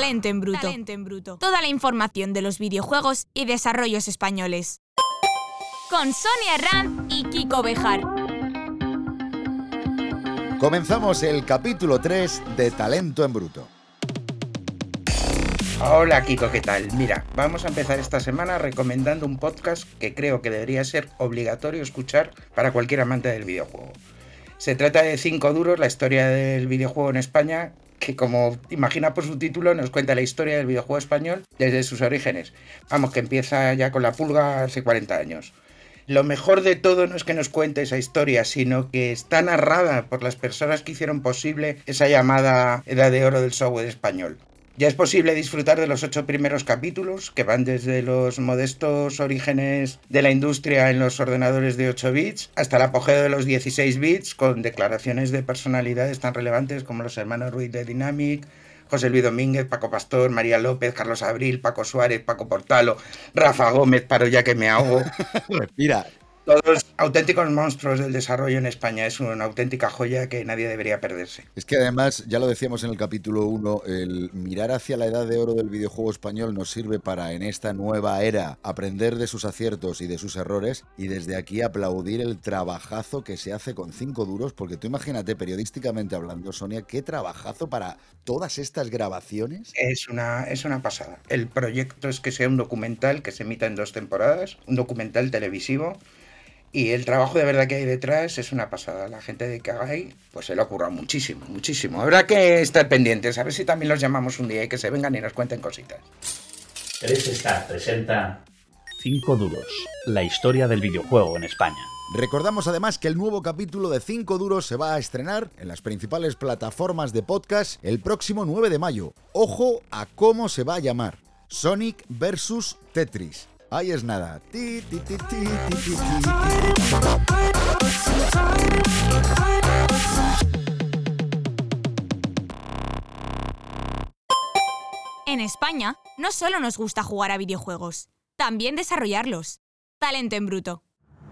Talento en Bruto. Toda la información de los videojuegos y desarrollos españoles. Con Sonia Herranz y Kiko Bejar. Comenzamos el capítulo 3 de Talento en Bruto. Hola Kiko, ¿qué tal? Mira, vamos a empezar esta semana recomendando un podcast que creo que debería ser obligatorio escuchar para cualquier amante del videojuego. Se trata de 5 duros, la historia del videojuego en España, que como imagina por su título nos cuenta la historia del videojuego español desde sus orígenes. Vamos, que empieza ya con la pulga hace 40 años. Lo mejor de todo no es que nos cuente esa historia, sino que está narrada por las personas que hicieron posible esa llamada Edad de Oro del software español. Ya es posible disfrutar de los 8 primeros capítulos, que van desde los modestos orígenes de la industria en los ordenadores de 8 bits hasta el apogeo de los 16 bits, con declaraciones de personalidades tan relevantes como los hermanos Ruiz de Dynamic, José Luis Domínguez, Paco Pastor, María López, Carlos Abril, Paco Suárez, Paco Portalo, Rafa Gómez, paro ya que me ahogo. Respira. Todos auténticos monstruos del desarrollo en España. Es una auténtica joya que nadie debería perderse. Es que además, ya lo decíamos en el capítulo 1, el mirar hacia la edad de oro del videojuego español nos sirve para, en esta nueva era, aprender de sus aciertos y de sus errores, y desde aquí aplaudir el trabajazo que se hace con 5 duros, porque tú imagínate, periodísticamente hablando, Sonia, qué trabajazo para todas estas grabaciones. Es una pasada. El proyecto es que sea un documental que se emita en 2 temporadas, un documental televisivo. Y el trabajo de verdad que hay detrás es una pasada. La gente de Kagai pues se lo ha currado muchísimo, muchísimo. Habrá que estar pendientes, a ver si también los llamamos un día y que se vengan y nos cuenten cositas. 3Star presenta 5 duros, la historia del videojuego en España. Recordamos además que el nuevo capítulo de 5 duros se va a estrenar en las principales plataformas de podcast el próximo 9 de mayo. Ojo a cómo se va a llamar: Sonic vs Tetris. Ahí es nada. En España, no solo nos gusta jugar a videojuegos, también desarrollarlos. Talento en Bruto.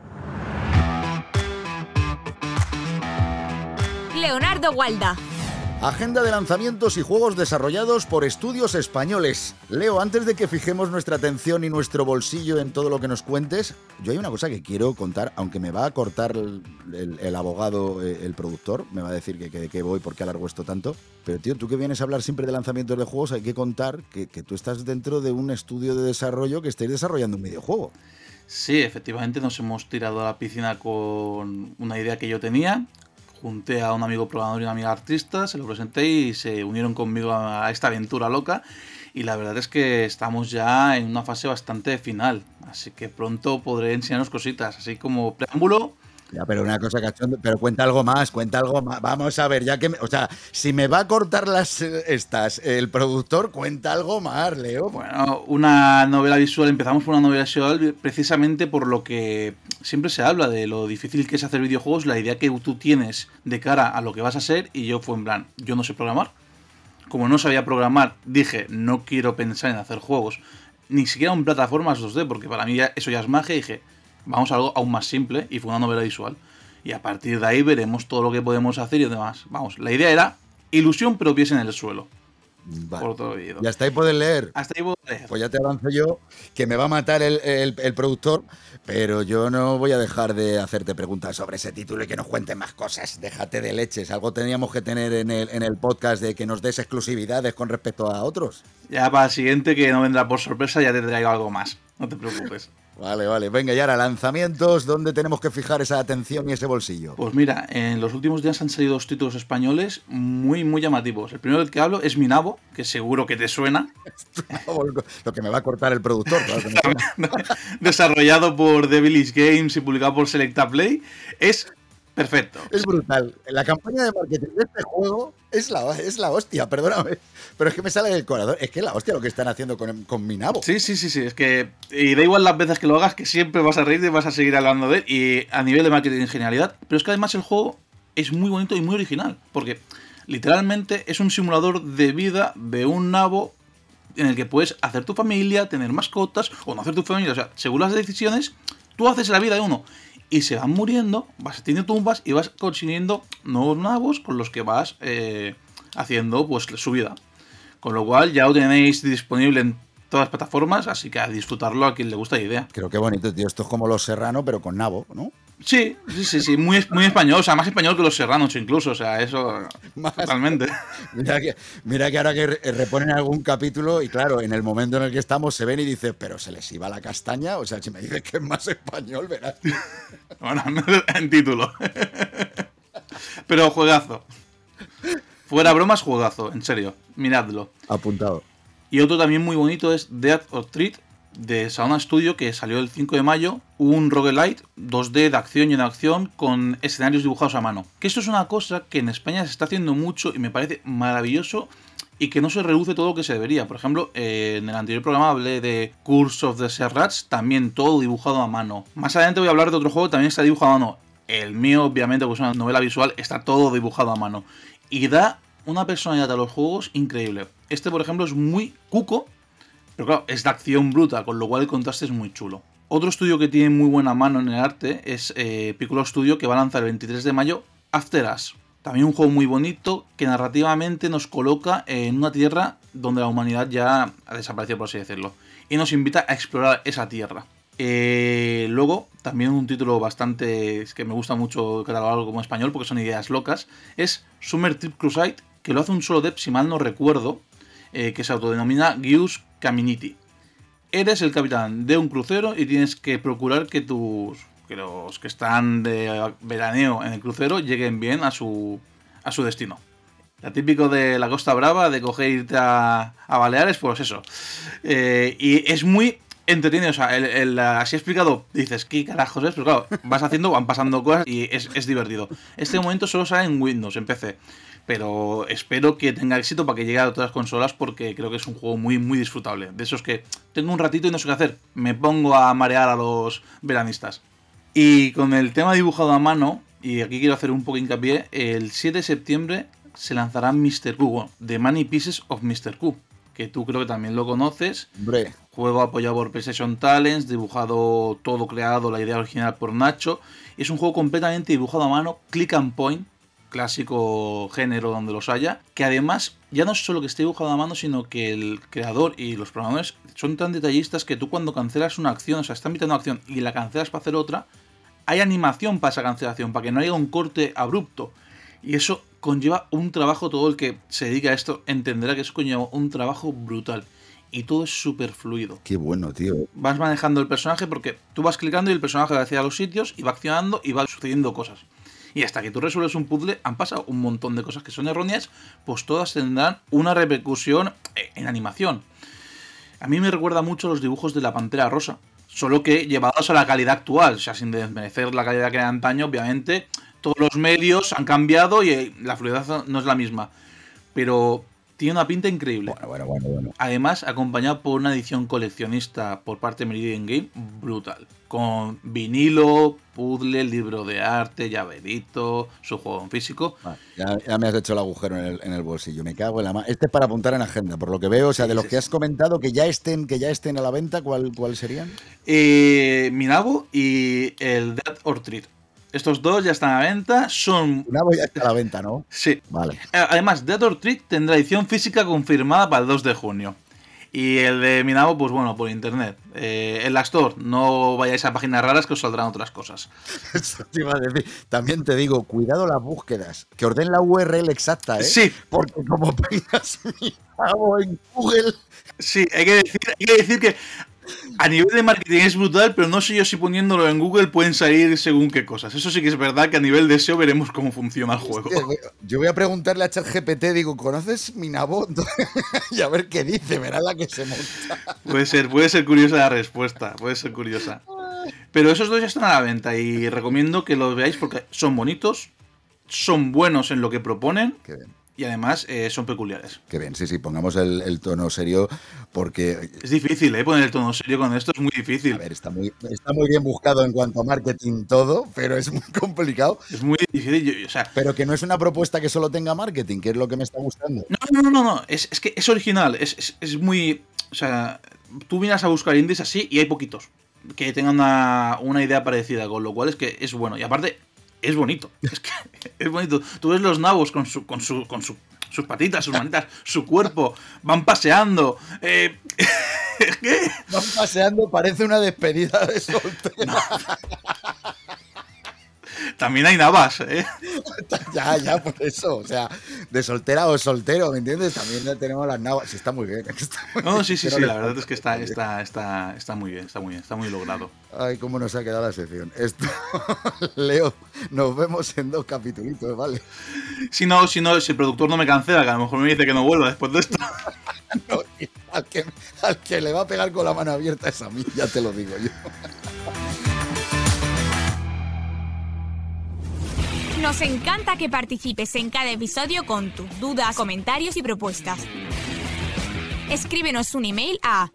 Leonardo Gualda. Agenda de lanzamientos y juegos desarrollados por estudios españoles. Leo, antes de que fijemos nuestra atención y nuestro bolsillo en todo lo que nos cuentes, yo hay una cosa que quiero contar, aunque me va a cortar el abogado, el productor, me va a decir que de qué voy, por qué alargo esto tanto. Pero tío, tú que vienes a hablar siempre de lanzamientos de juegos, hay que contar que tú estás dentro de un estudio de desarrollo que estáis desarrollando un videojuego. Sí, efectivamente nos hemos tirado a la piscina con una idea que yo tenía. Junté a un amigo programador y una amiga artista, se lo presenté y se unieron conmigo a esta aventura loca. Y la verdad es que estamos ya en una fase bastante final, así que pronto podré enseñaros cositas, así como preámbulo. Ya, pero una cosa cachondo, pero cuenta algo más. Vamos a ver, ya que, o sea, si me va a cortar el productor, cuenta algo más, Leo. Bueno, una novela visual, empezamos por una novela visual precisamente por lo que siempre se habla de lo difícil que es hacer videojuegos, la idea que tú tienes de cara a lo que vas a hacer, y yo fue en plan, yo no sé programar. Como no sabía programar, dije, no quiero pensar en hacer juegos, ni siquiera en plataformas 2D, porque para mí eso ya es magia, y dije, vamos a algo aún más simple, y fue una novela visual. Y a partir de ahí veremos todo lo que podemos hacer y demás. Vamos, la idea era ilusión pero pies en el suelo. Vale. Por todo oído. Y hasta ahí puedes leer. Hasta ahí puedo leer. Pues ya te avanzo yo, que me va a matar el productor, pero yo no voy a dejar de hacerte preguntas sobre ese título y que nos cuentes más cosas. Déjate de leches. Algo teníamos que tener en el podcast de que nos des exclusividades con respecto a otros. Ya para el siguiente, que no vendrá por sorpresa, ya te traigo algo más. No te preocupes. Vale. Venga, y ahora, lanzamientos, ¿dónde tenemos que fijar esa atención y ese bolsillo? Pues mira, en los últimos días han salido 2 títulos españoles muy, muy llamativos. El primero del que hablo es Minabo, que seguro que te suena. Lo que me va a cortar el productor. Claro que me suena. Desarrollado por Devilish Games y publicado por Selecta Play. Es perfecto. Es brutal. La campaña de marketing de este juego es la hostia, perdóname. Pero es que me sale del corazón. Es que es la hostia lo que están haciendo con Minabo. Sí. Es que. Y da igual las veces que lo hagas, que siempre vas a reírte y vas a seguir hablando de él. Y a nivel de marketing y genialidad. Pero es que además el juego es muy bonito y muy original. Porque literalmente es un simulador de vida de un nabo en el que puedes hacer tu familia, tener mascotas o no hacer tu familia. O sea, según las decisiones, tú haces la vida de uno. Y se van muriendo, vas teniendo tumbas y vas consiguiendo nuevos nabos con los que vas haciendo pues su vida. Con lo cual ya lo tenéis disponible en todas las plataformas, así que a disfrutarlo a quien le gusta la idea. Creo que bonito, tío. Esto es como Los Serrano, pero con nabo, ¿no? Sí, muy español, o sea, más español que Los Serranos incluso, o sea, eso Más. totalmente. Mira que ahora que reponen algún capítulo y claro, en el momento en el que estamos se ven y dices, pero se les iba la castaña, o sea, si me dices que es más español, verás. Bueno, en título. Pero juegazo. Fuera bromas, juegazo, en serio, miradlo. Apuntado. Y otro también muy bonito es Death or Treat, de Saona Studio, que salió el 5 de mayo, un roguelite 2D de acción y de acción con escenarios dibujados a mano. Que esto es una cosa que en España se está haciendo mucho y me parece maravilloso y que no se reduce todo lo que se debería. Por ejemplo, en el anterior programa hablé de Curse of the Serrats, también todo dibujado a mano. Más adelante voy a hablar de otro juego que también está dibujado a mano. El mío, obviamente, pues es una novela visual, está todo dibujado a mano. Y da una personalidad a los juegos increíble. Este, por ejemplo, es muy cuco, pero claro, es de acción bruta, con lo cual el contraste es muy chulo. Otro estudio que tiene muy buena mano en el arte es Piccolo Studio, que va a lanzar el 23 de mayo After Us. También un juego muy bonito que narrativamente nos coloca en una tierra donde la humanidad ya ha desaparecido, por así decirlo. Y nos invita a explorar esa tierra. Luego, también un título bastante que me gusta mucho catalogarlo como español porque son ideas locas, es Summer Trip Crusade, que lo hace un solo dev, si mal no recuerdo, que se autodenomina Gius Caminiti. Eres el capitán de un crucero y tienes que procurar que los que están de veraneo en el crucero lleguen bien a su destino. La típico de la Costa Brava, de coger e irte a Baleares, pues eso. Y es muy entretenido, o sea, así explicado, dices, ¿qué carajos es? Pero claro, van pasando cosas y es divertido. Este momento solo sale en Windows, en PC. Pero espero que tenga éxito para que llegue a otras consolas porque creo que es un juego muy, muy disfrutable. De esos que tengo un ratito y no sé qué hacer. Me pongo a marear a los veranistas. Y con el tema dibujado a mano, y aquí quiero hacer un poco hincapié, el 7 de septiembre se lanzará Mr. Q, The Many Pieces of Mr. Q, que tú creo que también lo conoces. Hombre. Juego apoyado por PlayStation Talents, dibujado todo creado, la idea original por Nacho. Y es un juego completamente dibujado a mano, click and point, clásico género donde los haya, que además ya no es solo que esté dibujado a mano, sino que el creador y los programadores son tan detallistas que tú cuando cancelas una acción, o sea, estás invitando una acción y la cancelas para hacer otra, hay animación para esa cancelación, para que no haya un corte abrupto. Y eso conlleva un trabajo, todo el que se dedica a esto entenderá que eso conlleva un trabajo brutal. Y todo es súper fluido. Qué bueno, tío. Vas manejando el personaje porque tú vas clicando y el personaje va hacia los sitios y va accionando y va sucediendo cosas. Y hasta que tú resuelves un puzzle han pasado un montón de cosas que son erróneas, pues todas tendrán una repercusión en animación. A mí me recuerda mucho a los dibujos de la Pantera Rosa, solo que llevados a la calidad actual, o sea, sin desmerecer la calidad que era antaño, obviamente, todos los medios han cambiado y la fluidez no es la misma. Pero tiene una pinta increíble. Bueno. Además, acompañado por una edición coleccionista por parte de Meridian Game, brutal. Con vinilo, puzzle, libro de arte, llaverito, su juego en físico. Ya me has hecho el agujero en el bolsillo. Me cago en la mano. Este es para apuntar en agenda, por lo que veo. O sea, de los que has comentado que ya estén a la venta, ¿cuál serían? Minabo y el Death or Treat. Estos dos ya están a la venta, son... Minabo ya está a la venta, ¿no? Sí. Vale. Además, Death or Treat tendrá edición física confirmada para el 2 de junio. Y el de Minabo, pues bueno, por internet. En la Store, no vayáis a páginas raras que os saldrán otras cosas. Eso te iba a decir. También te digo, cuidado las búsquedas. Que ordenen la URL exacta, ¿eh? Sí. Porque como pongas Minabo en Google... Sí, hay que decir que a nivel de marketing es brutal, pero no sé yo si poniéndolo en Google pueden salir según qué cosas. Eso sí que es verdad que a nivel de SEO veremos cómo funciona el juego. Yo voy a preguntarle a ChatGPT, digo, ¿conoces Minabo? Y a ver qué dice, verá la que se monta. Puede ser curiosa la respuesta, puede ser curiosa. Pero esos dos ya están a la venta y recomiendo que los veáis porque son bonitos, son buenos en lo que proponen. Qué bien. Y además son peculiares. Qué bien, sí, pongamos el tono serio porque... Es difícil, poner el tono serio con esto, es muy difícil. A ver, está muy bien buscado en cuanto a marketing todo, pero es muy complicado. Es muy difícil, o sea... Pero que no es una propuesta que solo tenga marketing, que es lo que me está gustando. No, es que es original, es muy... O sea, tú vienes a buscar indies así y hay poquitos que tengan una idea parecida, con lo cual es que es bueno. Y aparte... Es bonito, es que es bonito. Tú ves los nabos con su sus patitas, sus manitas, su cuerpo, van paseando. ¿Qué? Van paseando, parece una despedida de soltera. No. También hay navas, ¿eh? Ya, por eso. O sea, de soltera o soltero, ¿me entiendes? También ya tenemos las navas. Sí, está muy bien. No, sí, la verdad es que está muy bien, está muy logrado. Ay, cómo nos ha quedado la sección. Esto, Leo, nos vemos en 2 capítulos, ¿vale? Si el productor no me cancela, que a lo mejor me dice que no vuelva después de esto. No, al que le va a pegar con la mano abierta es a mí, ya te lo digo yo. Nos encanta que participes en cada episodio con tus dudas, comentarios y propuestas. Escríbenos un email a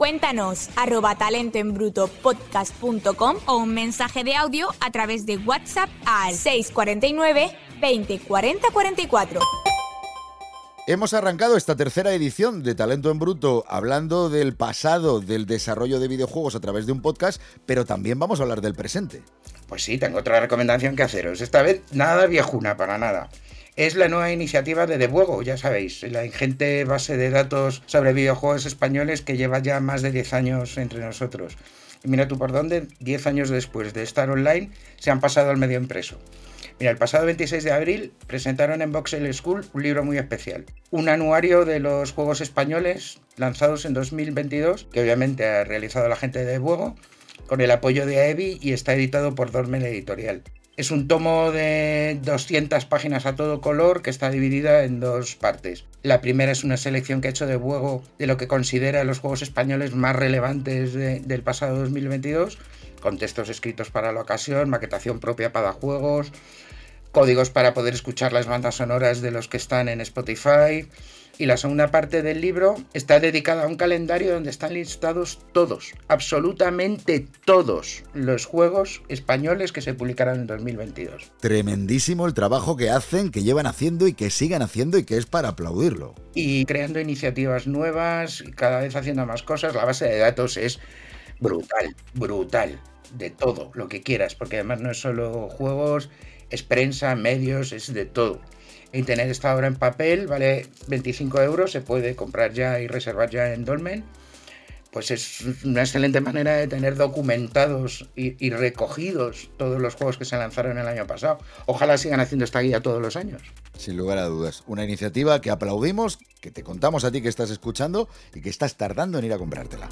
cuéntanos@talentoenbrutopodcast.com o un mensaje de audio a través de WhatsApp al 649 20 40 44. Hemos arrancado esta tercera edición de Talento en Bruto hablando del pasado del desarrollo de videojuegos a través de un podcast, pero también vamos a hablar del presente. Pues sí, tengo otra recomendación que haceros. Esta vez nada viejuna, para nada. Es la nueva iniciativa de Debuego, ya sabéis, la ingente base de datos sobre videojuegos españoles que lleva ya más de 10 años entre nosotros. Y mira tú por dónde, 10 años después de estar online, se han pasado al medio impreso. Mira, el pasado 26 de abril presentaron en Voxel School un libro muy especial. Un anuario de los juegos españoles lanzados en 2022, que obviamente ha realizado la gente de Debuego, con el apoyo de AEBI y está editado por Dormen Editorial. Es un tomo de 200 páginas a todo color que está dividida en 2 partes. La primera es una selección que ha hecho Debuego de lo que considera los juegos españoles más relevantes del pasado 2022, con textos escritos para la ocasión, maquetación propia para juegos, códigos para poder escuchar las bandas sonoras de los que están en Spotify. Y la segunda parte del libro está dedicada a un calendario donde están listados todos, absolutamente todos los juegos españoles que se publicaron en 2022. Tremendísimo el trabajo que hacen, que llevan haciendo y que sigan haciendo y que es para aplaudirlo. Y creando iniciativas nuevas y cada vez haciendo más cosas. La base de datos es brutal, de todo lo que quieras, porque además no es solo juegos, es prensa, medios, es de todo. Y tener esta obra en papel vale 25 €, se puede comprar ya y reservar ya en Dolmen. Pues es una excelente manera de tener documentados y recogidos todos los juegos que se lanzaron el año pasado. Ojalá sigan haciendo esta guía todos los años. Sin lugar a dudas, una iniciativa que aplaudimos, que te contamos a ti que estás escuchando y que estás tardando en ir a comprártela.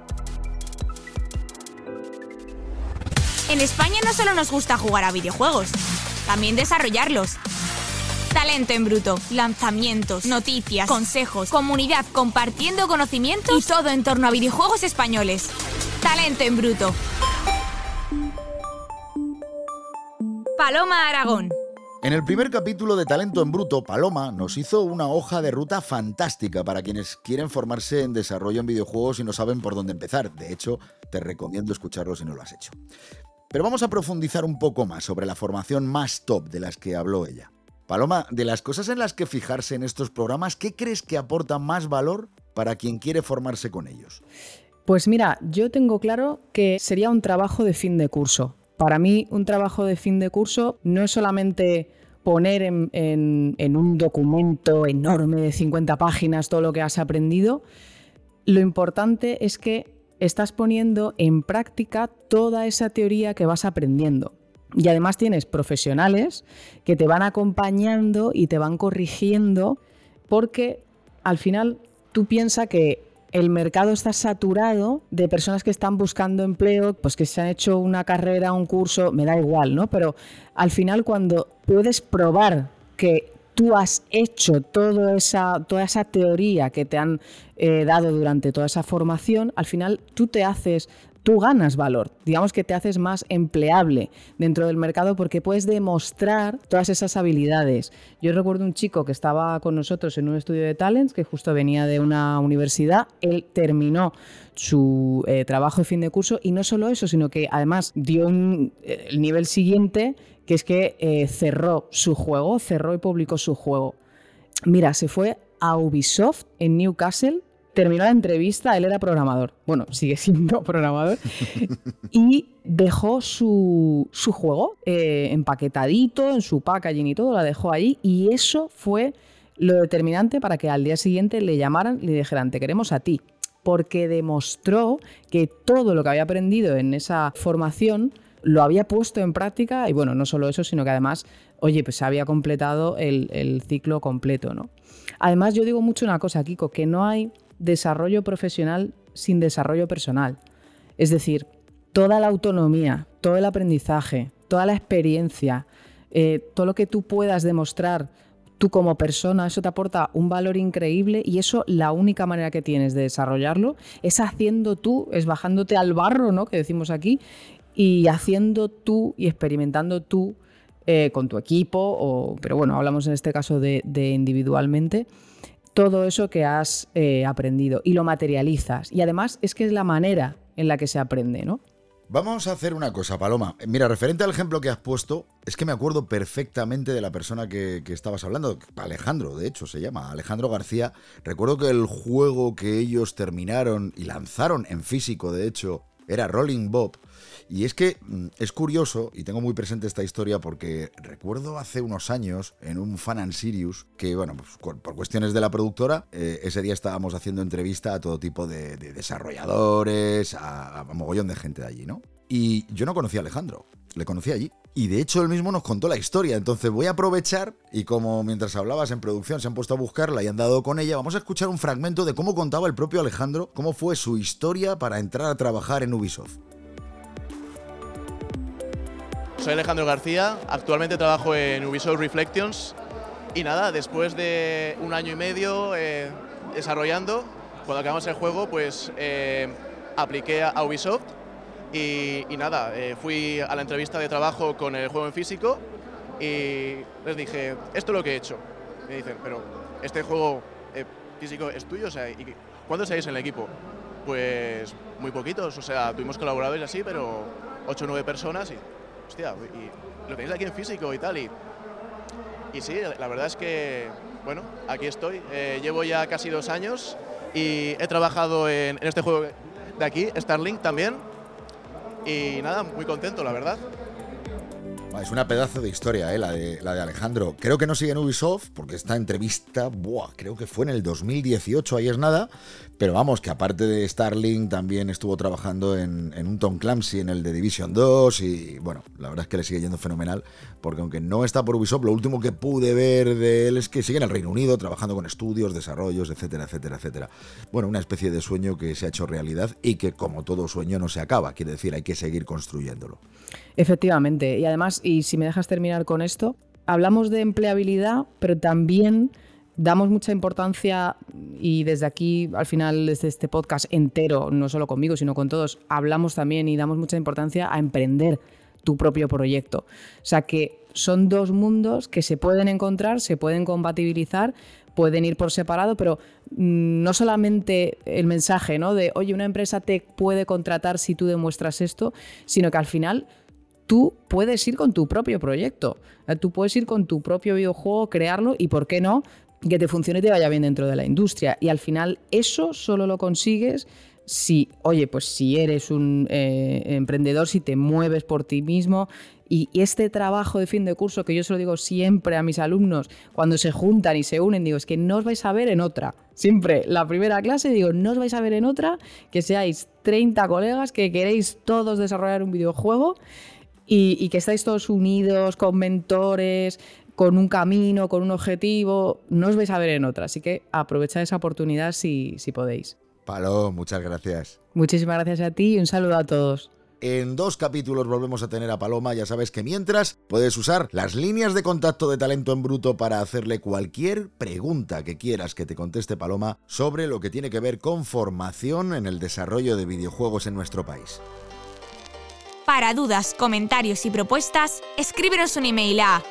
En España no solo nos gusta jugar a videojuegos, también desarrollarlos. Talento en Bruto, lanzamientos, noticias, consejos, comunidad compartiendo conocimientos y todo en torno a videojuegos españoles. Talento en Bruto. Paloma Aragón. En el primer capítulo de Talento en Bruto, Paloma nos hizo una hoja de ruta fantástica para quienes quieren formarse en desarrollo en videojuegos y no saben por dónde empezar. De hecho, te recomiendo escucharlo si no lo has hecho. Pero vamos a profundizar un poco más sobre la formación más top de las que habló ella. Paloma, de las cosas en las que fijarse en estos programas, ¿qué crees que aporta más valor para quien quiere formarse con ellos? Pues mira, yo tengo claro que sería un trabajo de fin de curso. Para mí, un trabajo de fin de curso no es solamente poner en un documento enorme de 50 páginas todo lo que has aprendido. Lo importante es que estás poniendo en práctica toda esa teoría que vas aprendiendo. Y además tienes profesionales que te van acompañando y te van corrigiendo, porque al final tú piensas que el mercado está saturado de personas que están buscando empleo, pues que se han hecho una carrera, un curso, me da igual, ¿no? Pero al final cuando puedes probar que tú has hecho toda esa teoría que te han dado durante toda esa formación, al final tú ganas valor, digamos que te haces más empleable dentro del mercado porque puedes demostrar todas esas habilidades. Yo recuerdo un chico que estaba con nosotros en un estudio de talents, que justo venía de una universidad, él terminó su trabajo de fin de curso y no solo eso, sino que además dio el nivel siguiente, que es que cerró y publicó su juego. Mira, se fue a Ubisoft en Newcastle. Terminó la entrevista, él era programador, bueno, sigue siendo programador, y dejó su juego empaquetadito, en su packaging y todo, la dejó allí, y eso fue lo determinante para que al día siguiente le llamaran y le dijeran, te queremos a ti, porque demostró que todo lo que había aprendido en esa formación lo había puesto en práctica y bueno, no solo eso, sino que además, oye, pues había completado el ciclo completo, ¿no? Además, yo digo mucho una cosa, Kiko, que no hay desarrollo profesional sin desarrollo personal. Es decir, toda la autonomía, todo el aprendizaje, toda la experiencia, todo lo que tú puedas demostrar tú como persona, eso te aporta un valor increíble y eso la única manera que tienes de desarrollarlo es haciendo tú, es bajándote al barro, ¿no?, que decimos aquí, y haciendo tú y experimentando tú con tu equipo, pero bueno, hablamos en este caso de individualmente, todo eso que has aprendido y lo materializas. Y además es que es la manera en la que se aprende, ¿no? Vamos a hacer una cosa, Paloma. Mira, referente al ejemplo que has puesto, es que me acuerdo perfectamente de la persona que estabas hablando. Alejandro, de hecho, se llama Alejandro García. Recuerdo que el juego que ellos terminaron y lanzaron en físico, de hecho, era Rolling Bob. Y es que es curioso, y tengo muy presente esta historia porque recuerdo hace unos años en un Fan and Serious que, bueno, pues por cuestiones de la productora, ese día estábamos haciendo entrevista a todo tipo de desarrolladores, a mogollón de gente de allí, ¿no? Y yo no conocía a Alejandro, le conocí allí. Y de hecho él mismo nos contó la historia, entonces voy a aprovechar y como mientras hablabas en producción se han puesto a buscarla y han dado con ella, vamos a escuchar un fragmento de cómo contaba el propio Alejandro, cómo fue su historia para entrar a trabajar en Ubisoft. Soy Alejandro García, actualmente trabajo en Ubisoft Reflections y nada, después de 1 año y medio desarrollando, cuando acabamos el juego pues apliqué a Ubisoft y nada, fui a la entrevista de trabajo con el juego en físico y les dije, esto es lo que he hecho. Me dicen, pero este juego físico es tuyo, o sea, ¿y cuántos seáis en el equipo? Pues muy poquitos, o sea, tuvimos colaboradores así, pero 8 o 9 personas y... Hostia, y lo tenéis aquí en físico y tal, y sí, la verdad es que, bueno, aquí estoy, llevo ya casi 2 años y he trabajado en este juego de aquí, Starlink también, y nada, muy contento, la verdad. Es una pedazo de historia, la de Alejandro. Creo que no sigue en Ubisoft, porque esta entrevista, creo que fue en el 2018, ahí es nada. Pero vamos, que aparte de Starlink, también estuvo trabajando en un Tom Clancy, en el de Division 2. Y bueno, la verdad es que le sigue yendo fenomenal, porque aunque no está por Ubisoft, lo último que pude ver de él es que sigue en el Reino Unido, trabajando con estudios, desarrollos, etcétera, etcétera, etcétera. Bueno, una especie de sueño que se ha hecho realidad y que, como todo sueño, no se acaba. Quiere decir, hay que seguir construyéndolo. Efectivamente, y además, y si me dejas terminar con esto, hablamos de empleabilidad, pero también damos mucha importancia, y desde aquí, al final, desde este podcast entero, no solo conmigo, sino con todos, hablamos también y damos mucha importancia a emprender tu propio proyecto. O sea que son 2 mundos que se pueden encontrar, se pueden compatibilizar, pueden ir por separado, pero no solamente el mensaje, ¿no?, de, oye, una empresa te puede contratar si tú demuestras esto, sino que al final tú puedes ir con tu propio proyecto, tú puedes ir con tu propio videojuego, crearlo y, ¿por qué no?, que te funcione y te vaya bien dentro de la industria. Y al final eso solo lo consigues si, oye, pues si eres un emprendedor, si te mueves por ti mismo. Y este trabajo de fin de curso, que yo se lo digo siempre a mis alumnos, cuando se juntan y se unen, digo, es que no os vais a ver en otra. Siempre, la primera clase, digo, no os vais a ver en otra, que seáis 30 colegas, que queréis todos desarrollar un videojuego y que estáis todos unidos, con mentores, con un camino, con un objetivo. No os vais a ver en otra, así que aprovechad esa oportunidad si podéis. Palo, muchas gracias. Muchísimas gracias a ti y un saludo a todos. En 2 capítulos volvemos a tener a Paloma. Ya sabes que mientras puedes usar las líneas de contacto de Talento en Bruto para hacerle cualquier pregunta que quieras que te conteste Paloma sobre lo que tiene que ver con formación en el desarrollo de videojuegos en nuestro país. Para dudas, comentarios y propuestas, escríbenos un email a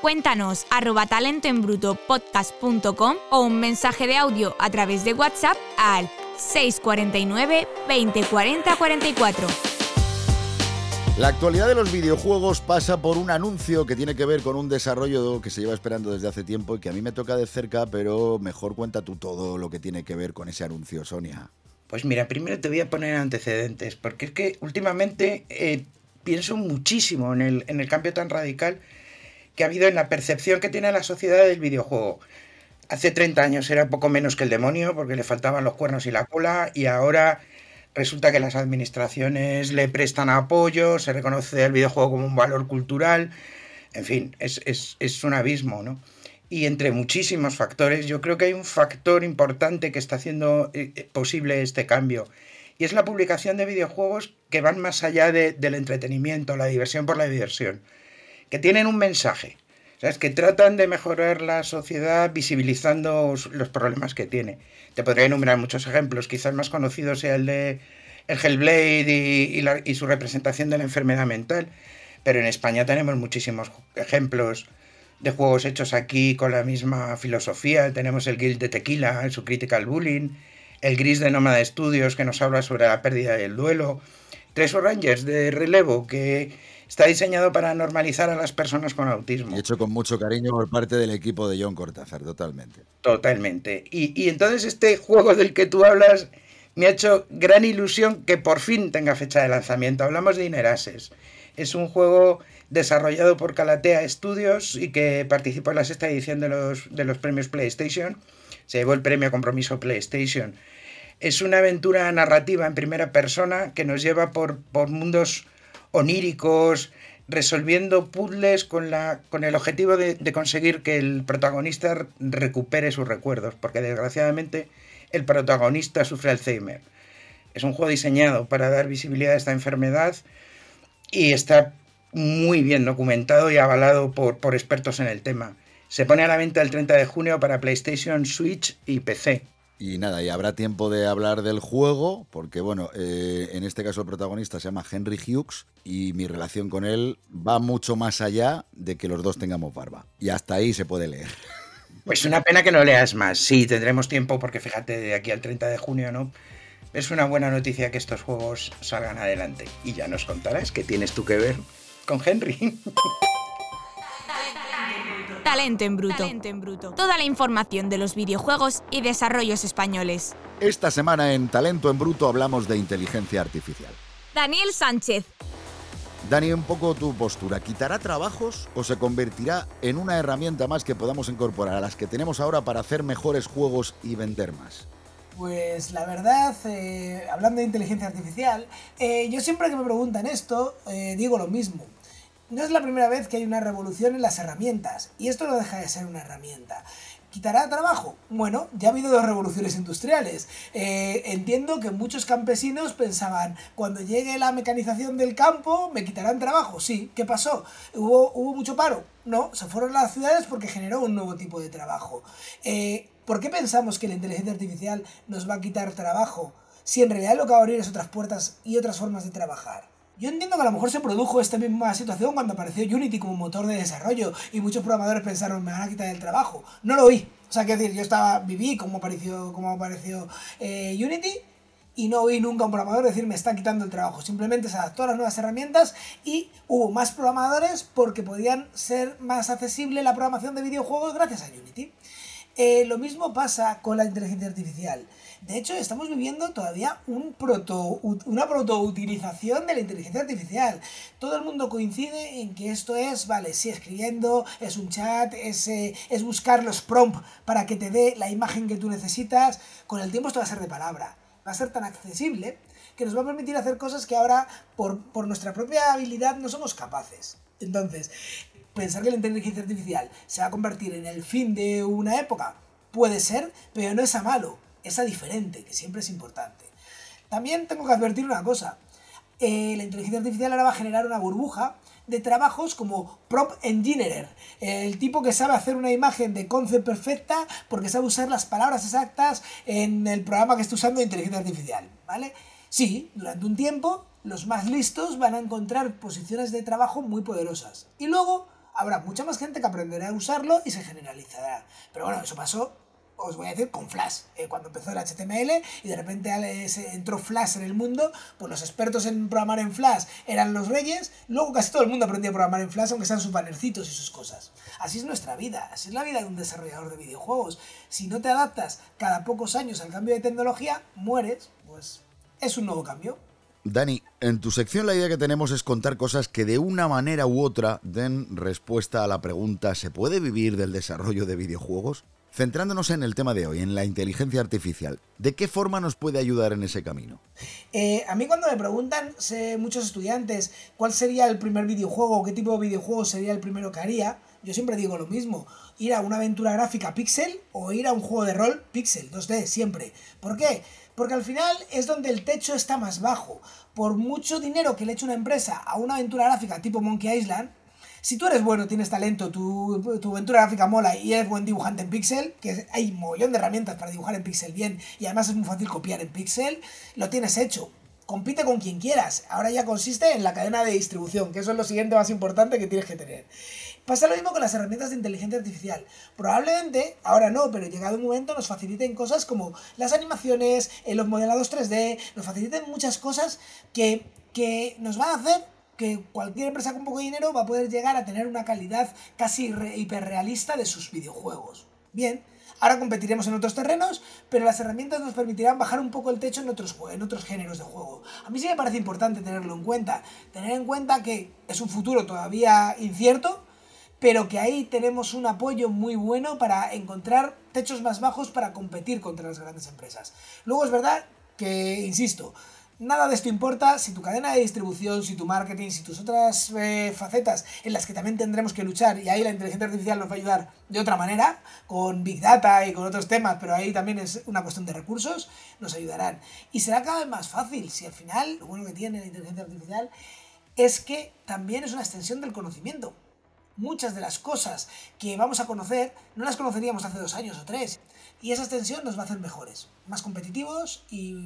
cuéntanos@talentoenbrutopodcast.com o un mensaje de audio a través de WhatsApp al 649 20 40 44. La actualidad de los videojuegos pasa por un anuncio que tiene que ver con un desarrollo que se lleva esperando desde hace tiempo y que a mí me toca de cerca, pero mejor cuenta tú todo lo que tiene que ver con ese anuncio, Sonia. Pues mira, primero te voy a poner antecedentes, porque es que últimamente pienso muchísimo en el cambio tan radical que ha habido en la percepción que tiene la sociedad del videojuego. Hace 30 años era poco menos que el demonio porque le faltaban los cuernos y la cola, y ahora resulta que las administraciones le prestan apoyo, se reconoce el videojuego como un valor cultural. En fin, es un abismo, ¿no? Y entre muchísimos factores, yo creo que hay un factor importante que está haciendo posible este cambio, y es la publicación de videojuegos que van más allá del entretenimiento, la diversión por la diversión, que tienen un mensaje, ¿sabes? Que tratan de mejorar la sociedad visibilizando los problemas que tiene. Te podría enumerar muchos ejemplos, quizás el más conocido sea el de el Hellblade y su representación de la enfermedad mental, pero en España tenemos muchísimos ejemplos de juegos hechos aquí con la misma filosofía. Tenemos el Guild de Tequila, su Critical Bullying, el Gris de Nómada Studios, que nos habla sobre la pérdida y el duelo, Treasure Rangers de Relevo, que está diseñado para normalizar a las personas con autismo. Y hecho con mucho cariño por parte del equipo de John Cortázar, totalmente. Totalmente. Y entonces este juego del que tú hablas me ha hecho gran ilusión que por fin tenga fecha de lanzamiento. Hablamos de Inner Access. Es un juego desarrollado por Calatea Studios y que participó en la 6ª edición de los premios PlayStation. Se llevó el premio Compromiso PlayStation. Es una aventura narrativa en primera persona que nos lleva por mundos oníricos, resolviendo puzzles con el objetivo de conseguir que el protagonista recupere sus recuerdos, porque desgraciadamente el protagonista sufre Alzheimer. Es un juego diseñado para dar visibilidad a esta enfermedad y está muy bien documentado y avalado por expertos en el tema. Se pone a la venta el 30 de junio para PlayStation, Switch y PC. Y nada, y habrá tiempo de hablar del juego, porque bueno, en este caso el protagonista se llama Henry Hughes y mi relación con él va mucho más allá de que los dos tengamos barba. Y hasta ahí se puede leer. Pues una pena que no leas más. Sí, tendremos tiempo porque fíjate, de aquí al 30 de junio, ¿no? Es una buena noticia que estos juegos salgan adelante. Y ya nos contarás qué tienes tú que ver con Henry. Talento en bruto. Talento en bruto. Toda la información de los videojuegos y desarrollos españoles. Esta semana en Talento en Bruto hablamos de inteligencia artificial. Daniel Sánchez. Dani, un poco tu postura. ¿Quitará trabajos o se convertirá en una herramienta más que podamos incorporar a las que tenemos ahora para hacer mejores juegos y vender más? Pues la verdad, hablando de inteligencia artificial, yo siempre que me preguntan esto, digo lo mismo. No es la primera vez que hay una revolución en las herramientas, y esto no deja de ser una herramienta. ¿Quitará trabajo? Bueno, ya ha habido 2 revoluciones industriales. Entiendo que muchos campesinos pensaban, cuando llegue la mecanización del campo, ¿me quitarán trabajo? Sí, ¿qué pasó? ¿Hubo mucho paro? No, se fueron a las ciudades porque generó un nuevo tipo de trabajo. ¿Por qué pensamos que la inteligencia artificial nos va a quitar trabajo si en realidad lo que va a abrir es otras puertas y otras formas de trabajar? Yo entiendo que a lo mejor se produjo esta misma situación cuando apareció Unity como motor de desarrollo y muchos programadores pensaron, me van a quitar el trabajo. No lo vi. O sea, quiero decir, viví cómo apareció Unity y no oí nunca a un programador decir, me está quitando el trabajo. Simplemente se adaptó a las nuevas herramientas y hubo más programadores porque podían ser más accesible la programación de videojuegos gracias a Unity. Lo mismo pasa con la inteligencia artificial. De hecho, estamos viviendo todavía una protoutilización de la inteligencia artificial. Todo el mundo coincide en que esto es, vale, sí, escribiendo, es un chat, es buscar los prompts para que te dé la imagen que tú necesitas. Con el tiempo esto va a ser de palabra. Va a ser tan accesible que nos va a permitir hacer cosas que ahora, por nuestra propia habilidad, no somos capaces. Entonces, pensar que la inteligencia artificial se va a convertir en el fin de una época, puede ser, pero no es a malo. Es a diferente, que siempre es importante. También tengo que advertir una cosa. La inteligencia artificial ahora va a generar una burbuja de trabajos como prompt engineer, el tipo que sabe hacer una imagen de concept perfecta porque sabe usar las palabras exactas en el programa que está usando de inteligencia artificial, ¿vale? Sí, durante un tiempo los más listos van a encontrar posiciones de trabajo muy poderosas y luego habrá mucha más gente que aprenderá a usarlo y se generalizará. Pero bueno, eso pasó, os voy a decir, con Flash. Cuando empezó el HTML y de repente entró Flash en el mundo, pues los expertos en programar en Flash eran los reyes, luego casi todo el mundo aprendió a programar en Flash, aunque sean sus bannercitos y sus cosas. Así es nuestra vida, así es la vida de un desarrollador de videojuegos. Si no te adaptas cada pocos años al cambio de tecnología, mueres, pues es un nuevo cambio. Dani, en tu sección la idea que tenemos es contar cosas que de una manera u otra den respuesta a la pregunta ¿se puede vivir del desarrollo de videojuegos? Centrándonos en el tema de hoy, en la inteligencia artificial, ¿de qué forma nos puede ayudar en ese camino? A mí cuando me preguntan muchos estudiantes cuál sería el primer videojuego, qué tipo de videojuego sería el primero que haría, yo siempre digo lo mismo, ir a una aventura gráfica pixel o ir a un juego de rol pixel, 2D, siempre. ¿Por qué? Porque al final es donde el techo está más bajo. Por mucho dinero que le eche una empresa a una aventura gráfica tipo Monkey Island, si tú eres bueno, tienes talento, tu aventura gráfica mola y eres buen dibujante en pixel, que hay un montón de herramientas para dibujar en pixel bien y además es muy fácil copiar en pixel, lo tienes hecho. Compite con quien quieras. Ahora ya consiste en la cadena de distribución, que eso es lo siguiente más importante que tienes que tener. Pasa lo mismo con las herramientas de inteligencia artificial. Probablemente, ahora no, pero llegado un momento nos faciliten cosas como las animaciones, los modelados 3D, nos faciliten muchas cosas que nos van a hacer que cualquier empresa con poco dinero va a poder llegar a tener una calidad casi hiperrealista de sus videojuegos. Bien, ahora competiremos en otros terrenos, pero las herramientas nos permitirán bajar un poco el techo en otros géneros de juego. A mí sí me parece importante tenerlo en cuenta, tener en cuenta que es un futuro todavía incierto, pero que ahí tenemos un apoyo muy bueno para encontrar techos más bajos para competir contra las grandes empresas. Luego es verdad que, insisto, nada de esto importa si tu cadena de distribución, si tu marketing, si tus otras facetas en las que también tendremos que luchar, y ahí la inteligencia artificial nos va a ayudar de otra manera, con Big Data y con otros temas, pero ahí también es una cuestión de recursos, nos ayudarán. Y será cada vez más fácil si al final lo bueno que tiene la inteligencia artificial es que también es una extensión del conocimiento. Muchas de las cosas que vamos a conocer no las conoceríamos hace 2 años o 3. Y esa extensión nos va a hacer mejores, más competitivos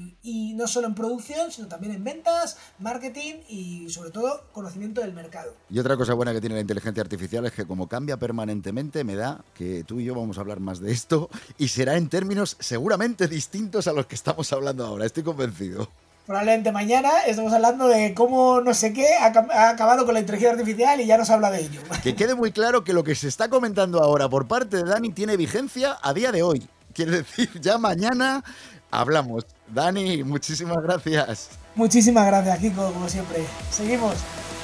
y no solo en producción, sino también en ventas, marketing y sobre todo conocimiento del mercado. Y otra cosa buena que tiene la inteligencia artificial es que como cambia permanentemente, me da que tú y yo vamos a hablar más de esto y será en términos seguramente distintos a los que estamos hablando ahora, estoy convencido. Probablemente mañana estamos hablando de cómo no sé qué ha acabado con la inteligencia artificial y ya nos habla de ello. Que quede muy claro que lo que se está comentando ahora por parte de Dani tiene vigencia a día de hoy. Quiere decir, ya mañana hablamos. Dani, muchísimas gracias. Muchísimas gracias, Kiko, como siempre. Seguimos.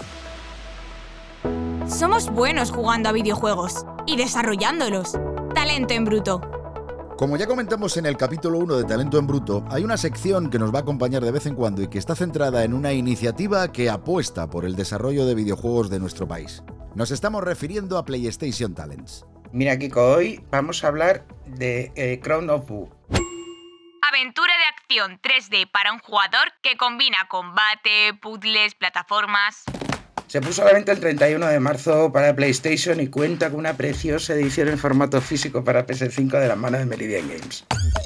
Somos buenos jugando a videojuegos y desarrollándolos. Talento en bruto. Como ya comentamos en el capítulo 1 de Talento en Bruto, hay una sección que nos va a acompañar de vez en cuando y que está centrada en una iniciativa que apuesta por el desarrollo de videojuegos de nuestro país. Nos estamos refiriendo a PlayStation Talents. Mira, Kiko, hoy vamos a hablar de Crown of Boo. Aventura de acción 3D para un jugador que combina combate, puzzles, plataformas. Se puso a la venta el 31 de marzo para PlayStation y cuenta con una preciosa edición en formato físico para PS5 de la mano de Meridian Games.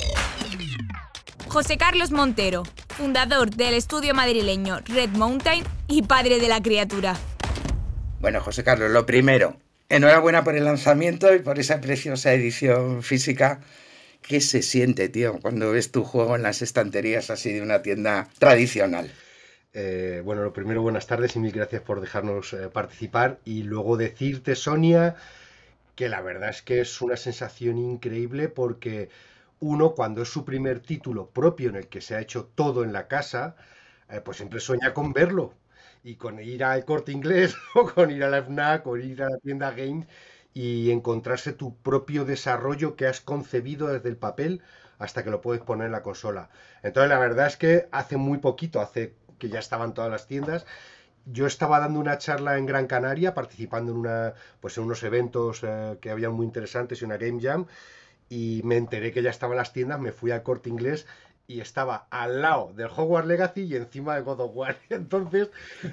José Carlos Montero, fundador del estudio madrileño Red Mountain y padre de la criatura. Bueno, José Carlos, lo primero, enhorabuena por el lanzamiento y por esa preciosa edición física. ¿Qué se siente, tío, cuando ves tu juego en las estanterías así de una tienda tradicional? Bueno, lo primero, buenas tardes y mil gracias por dejarnos participar. Y luego decirte, Sonia, que la verdad es que es una sensación increíble porque uno, cuando es su primer título propio en el que se ha hecho todo en la casa, pues siempre sueña con verlo y con ir al Corte Inglés o con ir a la FNAC o ir a la tienda Games y encontrarse tu propio desarrollo que has concebido desde el papel hasta que lo puedes poner en la consola. Entonces la verdad es que hace muy poquito, hace que ya estaban todas las tiendas, yo estaba dando una charla en Gran Canaria, participando en en unos eventos que habían muy interesantes y una Game Jam, y me enteré que ya estaban las tiendas, me fui al Corte Inglés y estaba al lado del Hogwarts Legacy y encima de God of War. Entonces,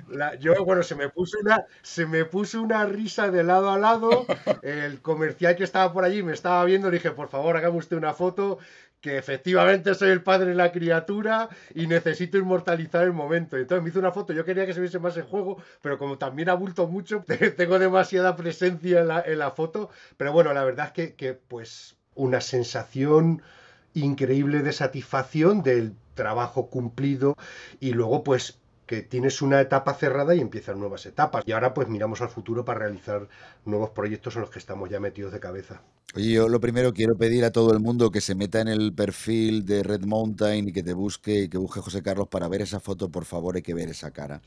se me puso una risa de lado a lado. El comercial que estaba por allí me estaba viendo, le dije, por favor, hágame usted una foto, que efectivamente soy el padre de la criatura y necesito inmortalizar el momento. Entonces me hizo una foto, yo quería que se viese más el juego, pero como también abulto mucho, tengo demasiada presencia en la foto. Pero bueno, la verdad es que pues una sensación increíble de satisfacción del trabajo cumplido y luego pues que tienes una etapa cerrada y empiezan nuevas etapas. Y ahora pues miramos al futuro para realizar nuevos proyectos en los que estamos ya metidos de cabeza. Oye, yo lo primero quiero pedir a todo el mundo que se meta en el perfil de Red Mountain y que te busque y que busque José Carlos para ver esa foto, por favor, hay que ver esa cara.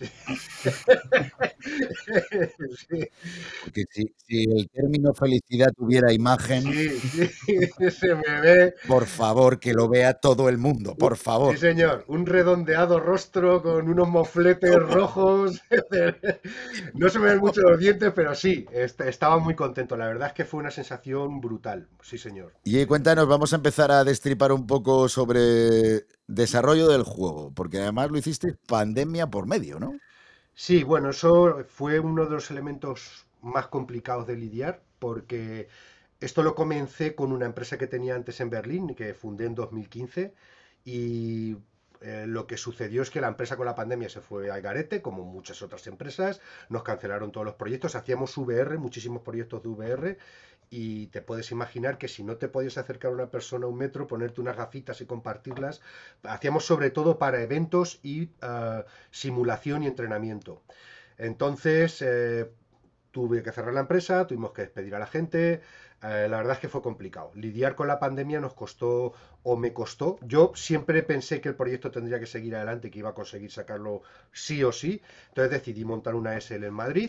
Sí. Porque si el término felicidad tuviera imagen, Sí, se me ve. por favor, que lo vea todo el mundo, por favor. Sí, señor, un redondeado rostro con unos mofletes rojos. No se me ven mucho los dientes, pero sí, estaba muy contento. La verdad es que fue una sensación brutal. Sí, señor. Y cuéntanos, vamos a empezar a destripar un poco sobre desarrollo del juego, porque además lo hiciste pandemia por medio, ¿no? Sí, bueno, eso fue uno de los elementos más complicados de lidiar, porque esto lo comencé con una empresa que tenía antes en Berlín, que fundé en 2015, y lo que sucedió es que la empresa con la pandemia se fue al garete, como muchas otras empresas, nos cancelaron todos los proyectos, hacíamos VR, muchísimos proyectos de VR, y te puedes imaginar que si no te podías acercar a una persona a un metro, ponerte unas gafitas y compartirlas, hacíamos sobre todo para eventos y simulación y entrenamiento. Entonces, tuve que cerrar la empresa, tuvimos que despedir a la gente. La verdad es que fue complicado. Lidiar con la pandemia nos costó, o me costó. Yo siempre pensé que el proyecto tendría que seguir adelante, que iba a conseguir sacarlo sí o sí. Entonces decidí montar una SL en Madrid.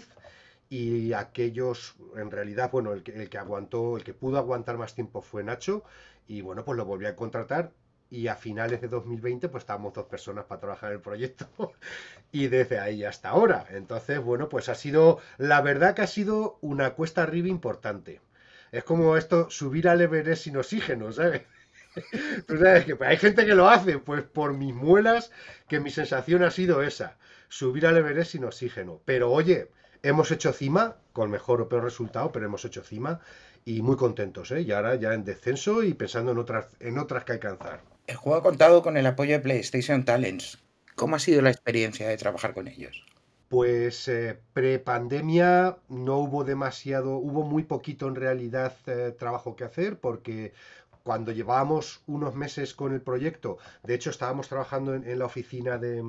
Y aquellos, en realidad, bueno, el que aguantó, el que pudo aguantar más tiempo fue Nacho. Y bueno, pues lo volví a contratar. Y a finales de 2020, pues estábamos 2 personas para trabajar en el proyecto. Y desde ahí hasta ahora. Entonces, bueno, pues ha sido, la verdad que ha sido una cuesta arriba importante. Es como esto, subir al Everest sin oxígeno, ¿sabes? Tú sabes que hay gente que lo hace, pues por mis muelas, que mi sensación ha sido esa, subir al Everest sin oxígeno. Pero oye, hemos hecho cima, con mejor o peor resultado, pero hemos hecho cima y muy contentos, ¿eh? Y ahora ya en descenso y pensando en otras que alcanzar. El juego ha contado con el apoyo de PlayStation Talents. ¿Cómo ha sido la experiencia de trabajar con ellos? Pues pre-pandemia no hubo demasiado, hubo muy poquito en realidad trabajo que hacer porque cuando llevábamos unos meses con el proyecto, de hecho estábamos trabajando en la oficina de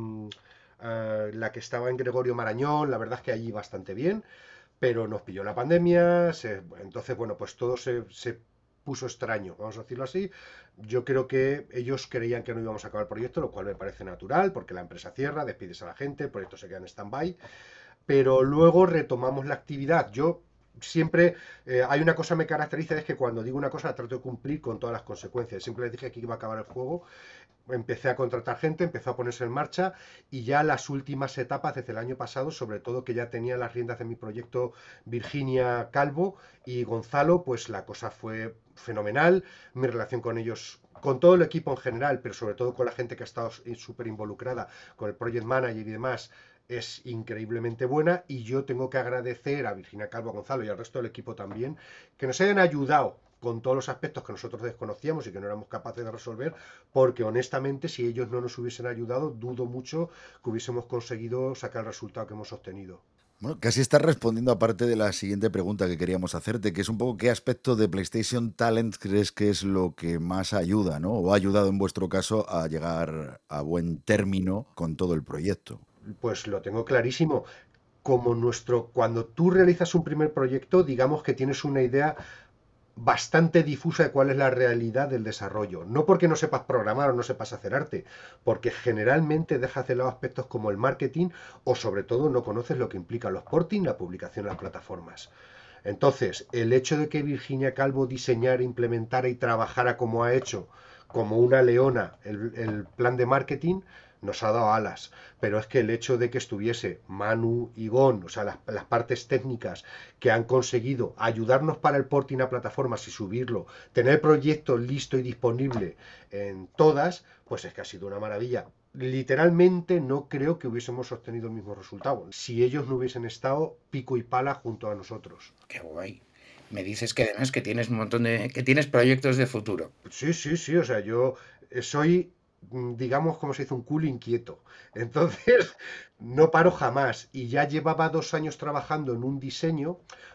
la que estaba en Gregorio Marañón, la verdad es que allí bastante bien, pero nos pilló la pandemia, entonces bueno, pues todo se puso extraño, vamos a decirlo así. Yo creo que ellos creían que no íbamos a acabar el proyecto, lo cual me parece natural, porque la empresa cierra, despides a la gente, el proyecto se queda en stand-by, pero luego retomamos la actividad. Yo siempre, hay una cosa que me caracteriza, es que cuando digo una cosa la trato de cumplir con todas las consecuencias. Siempre les dije que iba a acabar el juego, empecé a contratar gente, empezó a ponerse en marcha y ya las últimas etapas desde el año pasado, sobre todo que ya tenía las riendas de mi proyecto Virginia Calvo y Gonzalo, pues la cosa fue fenomenal, mi relación con ellos, con todo el equipo en general, pero sobre todo con la gente que ha estado súper involucrada, con el project manager y demás, es increíblemente buena y yo tengo que agradecer a Virginia Calvo, a Gonzalo y al resto del equipo también, que nos hayan ayudado con todos los aspectos que nosotros desconocíamos y que no éramos capaces de resolver, porque honestamente si ellos no nos hubiesen ayudado, dudo mucho que hubiésemos conseguido sacar el resultado que hemos obtenido. Bueno, casi estás respondiendo aparte de la siguiente pregunta que queríamos hacerte, que es un poco qué aspecto de PlayStation Talent crees que es lo que más ayuda, ¿no? O ha ayudado en vuestro caso a llegar a buen término con todo el proyecto. Pues lo tengo clarísimo. Cuando tú realizas un primer proyecto, digamos que tienes una idea bastante difusa de cuál es la realidad del desarrollo. No porque no sepas programar o no sepas hacer arte, porque generalmente dejas de lado aspectos como el marketing o sobre todo no conoces lo que implica los porting, la publicación en las plataformas. Entonces, el hecho de que Virginia Calvo diseñara, implementara y trabajara como ha hecho, como una leona, el plan de marketing, nos ha dado alas, pero es que el hecho de que estuviese Manu y Gon, o sea, las partes técnicas que han conseguido ayudarnos para el porting a plataformas y subirlo, tener el proyecto listo y disponible en todas, pues es que ha sido una maravilla. Literalmente no creo que hubiésemos obtenido el mismo resultado si ellos no hubiesen estado pico y pala junto a nosotros. Qué guay. Me dices que además que tienes un montón que tienes proyectos de futuro. Sí, o sea, yo soy, digamos, como se dice, un culo inquieto. Entonces, no paro jamás. Y ya llevaba 2 años trabajando en un diseño,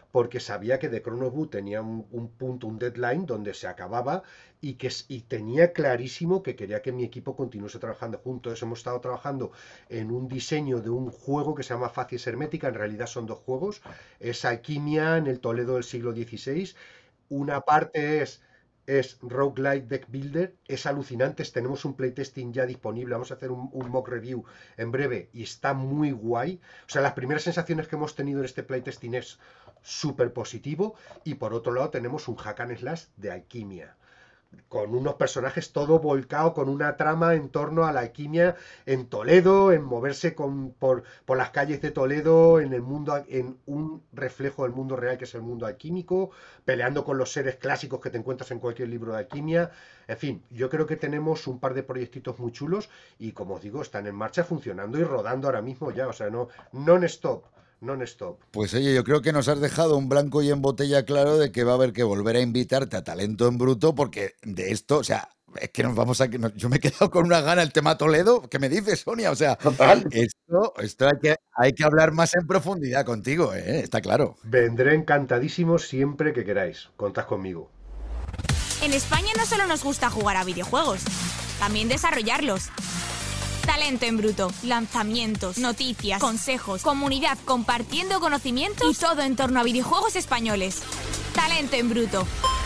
porque sabía que The Chronos Boot tenía un punto, un deadline donde se acababa y tenía clarísimo que quería que mi equipo continuase trabajando juntos. Hemos estado trabajando en un diseño de un juego que se llama Facies Hermética, en realidad son 2 juegos, es Alquimia en el Toledo del siglo XVI, una parte es Roguelike Deck Builder, es alucinante, tenemos un playtesting ya disponible, vamos a hacer un mock review en breve y está muy guay. O sea, las primeras sensaciones que hemos tenido en este playtesting es súper positivo. Y por otro lado tenemos un hack and slash de alquimia, con unos personajes todo volcado, con una trama en torno a la alquimia en Toledo, en moverse por las calles de Toledo, en el mundo, en un reflejo del mundo real que es el mundo alquímico, peleando con los seres clásicos que te encuentras en cualquier libro de alquimia. En fin, yo creo que tenemos un par de proyectitos muy chulos y, como os digo, están en marcha, funcionando y rodando ahora mismo ya, o sea, non-stop. Pues oye, yo creo que nos has dejado un blanco y en botella claro de que va a haber que volver a invitarte a Talento en Bruto, porque de esto, o sea, es que nos vamos a... Yo me he quedado con una gana el tema Toledo. ¿Qué me dices, Sonia? O sea, Total. Esto hay que hablar más en profundidad contigo, está claro. Vendré encantadísimo siempre que queráis. Contad conmigo. En España no solo nos gusta jugar a videojuegos, también desarrollarlos. Talento en Bruto, lanzamientos, noticias, consejos, comunidad compartiendo conocimientos y todo en torno a videojuegos españoles. Talento en Bruto.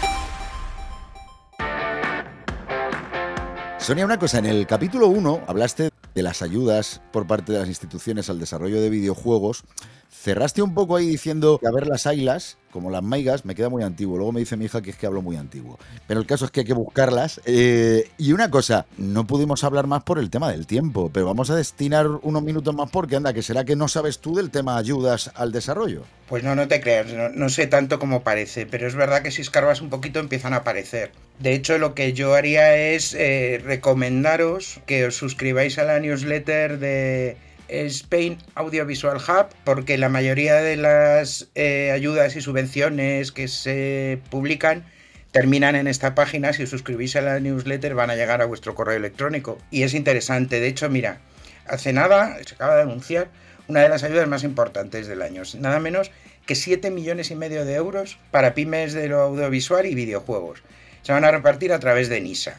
Sonia, una cosa, en el capítulo 1 hablaste de las ayudas por parte de las instituciones al desarrollo de videojuegos. Cerraste un poco ahí diciendo que a ver las ailas, como las maigas, me queda muy antiguo. Luego me dice mi hija que es que hablo muy antiguo. Pero el caso es que hay que buscarlas. Y una cosa, no pudimos hablar más por el tema del tiempo, pero vamos a destinar unos minutos más porque, anda, que será que no sabes tú del tema ayudas al desarrollo. Pues no te creas, no sé tanto como parece, pero es verdad que si escarbas un poquito empiezan a aparecer. De hecho, lo que yo haría es recomendaros que os suscribáis a la newsletter de Spain Audiovisual Hub, porque la mayoría de las ayudas y subvenciones que se publican terminan en esta página. Si os suscribís a la newsletter van a llegar a vuestro correo electrónico y es interesante. De hecho, mira, hace nada se acaba de anunciar una de las ayudas más importantes del año, nada menos que 7,5 millones de euros para pymes de lo audiovisual y videojuegos. Se van a repartir a través de NISA.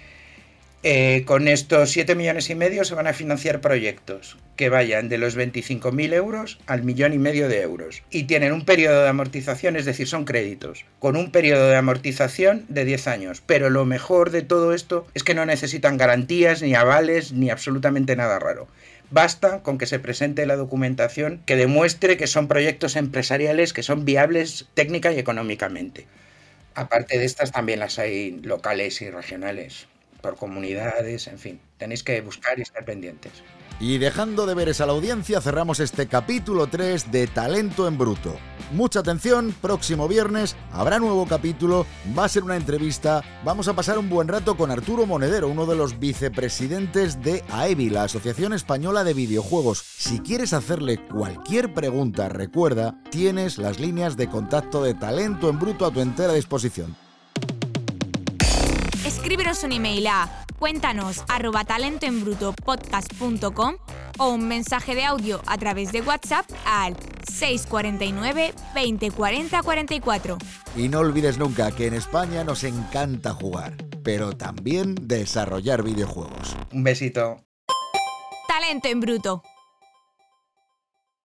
Con estos 7,5 millones se van a financiar proyectos que vayan de los 25.000 euros al 1,5 millones de euros y tienen un periodo de amortización, es decir, son créditos, con un periodo de amortización de 10 años. Pero lo mejor de todo esto es que no necesitan garantías, ni avales, ni absolutamente nada raro. Basta con que se presente la documentación que demuestre que son proyectos empresariales que son viables técnica y económicamente. Aparte de estas también las hay locales y regionales, por comunidades, en fin, tenéis que buscar y estar pendientes. Y dejando deberes a la audiencia, cerramos este capítulo 3 de Talento en Bruto. Mucha atención, próximo viernes habrá nuevo capítulo, va a ser una entrevista, vamos a pasar un buen rato con Arturo Monedero, uno de los vicepresidentes de AEVI, la Asociación Española de Videojuegos. Si quieres hacerle cualquier pregunta, recuerda, tienes las líneas de contacto de Talento en Bruto a tu entera disposición. Escríbenos un email a cuéntanos@talentoenbrutopodcast.com o un mensaje de audio a través de WhatsApp al 649 20 40 44. Y no olvides nunca que en España nos encanta jugar, pero también desarrollar videojuegos. Un besito. Talento en Bruto.